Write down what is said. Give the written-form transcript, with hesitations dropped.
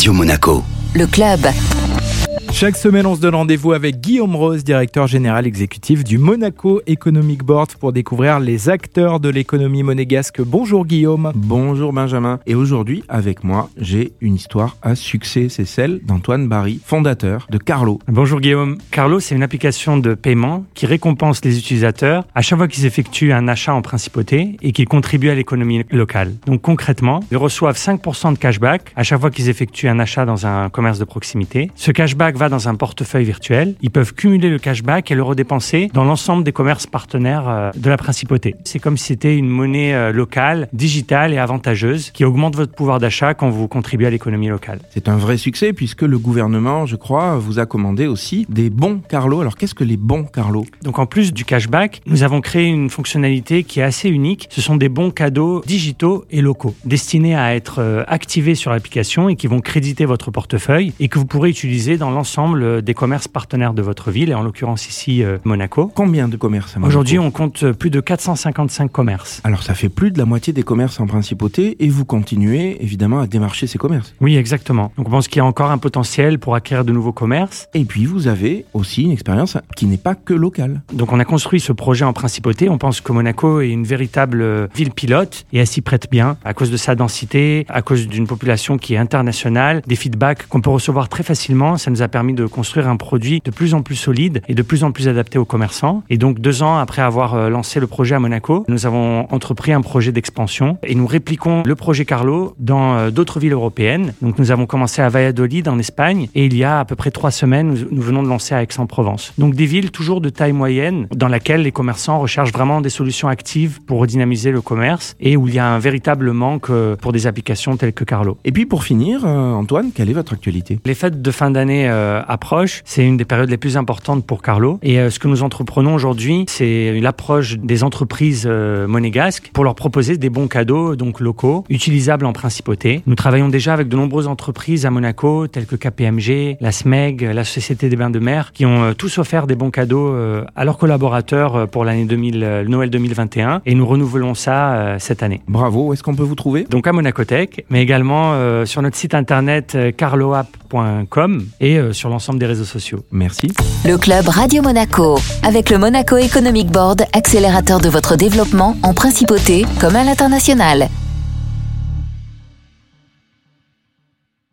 Radio Monaco. Le club. Chaque semaine, on se donne rendez-vous avec Guillaume Rose, directeur général exécutif du Monaco Economic Board, pour découvrir les acteurs de l'économie monégasque. Bonjour Guillaume. Bonjour Benjamin. Et aujourd'hui, avec moi, j'ai une histoire à succès. C'est celle d'Antoine Barry, fondateur de Carlo. Bonjour Guillaume. Carlo, c'est une application de paiement qui récompense les utilisateurs à chaque fois qu'ils effectuent un achat en principauté et qu'ils contribuent à l'économie locale. Donc concrètement, ils reçoivent 5% de cashback à chaque fois qu'ils effectuent un achat dans un commerce de proximité. Ce cashback va dans un portefeuille virtuel. Ils peuvent cumuler le cashback et le redépenser dans l'ensemble des commerces partenaires de la principauté. C'est comme si c'était une monnaie locale, digitale et avantageuse qui augmente votre pouvoir d'achat quand vous contribuez à l'économie locale. C'est un vrai succès puisque le gouvernement, je crois, vous a commandé aussi des bons Carlo. Alors qu'est-ce que les bons Carlo ? Donc en plus du cashback, nous avons créé une fonctionnalité qui est assez unique. Ce sont des bons cadeaux digitaux et locaux destinés à être activés sur l'application et qui vont créditer votre portefeuille et que vous pourrez utiliser dans l'ensemble des commerces partenaires de votre ville, et en l'occurrence ici Monaco. Combien de commerces à Monaco ? Aujourd'hui, on compte plus de 455 commerces. Alors ça fait plus de la moitié des commerces en principauté et vous continuez évidemment à démarcher ces commerces. Oui, exactement. Donc on pense qu'il y a encore un potentiel pour acquérir de nouveaux commerces. Et puis vous avez aussi une expérience qui n'est pas que locale. Donc on a construit ce projet en principauté. On pense que Monaco est une véritable ville pilote et elle s'y prête bien à cause de sa densité, à cause d'une population qui est internationale, des feedbacks qu'on peut recevoir très facilement. Ça nous a permis de construire un produit de plus en plus solide et de plus en plus adapté aux commerçants. Et donc 2 ans après avoir lancé le projet à Monaco, nous avons entrepris un projet d'expansion et nous répliquons le projet Carlo dans d'autres villes européennes. Donc nous avons commencé à Valladolid en Espagne et il y a à peu près 3 semaines, nous venons de lancer à Aix-en-Provence. Donc des villes toujours de taille moyenne dans laquelle les commerçants recherchent vraiment des solutions actives pour redynamiser le commerce et où il y a un véritable manque pour des applications telles que Carlo. Et puis pour finir, Antoine, quelle est votre actualité ? Les fêtes de fin d'année approchent. C'est une des périodes les plus importantes pour Carlo. Et ce que nous entreprenons aujourd'hui, c'est l'approche des entreprises monégasques pour leur proposer des bons cadeaux, donc locaux, utilisables en principauté. Nous travaillons déjà avec de nombreuses entreprises à Monaco, telles que KPMG, la SMEG, la Société des Bains de Mer, qui ont tous offert des bons cadeaux à leurs collaborateurs pour l'année Noël 2021. Et nous renouvelons ça cette année. Bravo, où est-ce qu'on peut vous trouver ? Donc à Monacotech, mais également sur notre site internet carloapp.com et sur l'ensemble des réseaux sociaux. Merci. Le club Radio Monaco, avec le Monaco Economic Board, accélérateur de votre développement en principauté comme à l'international.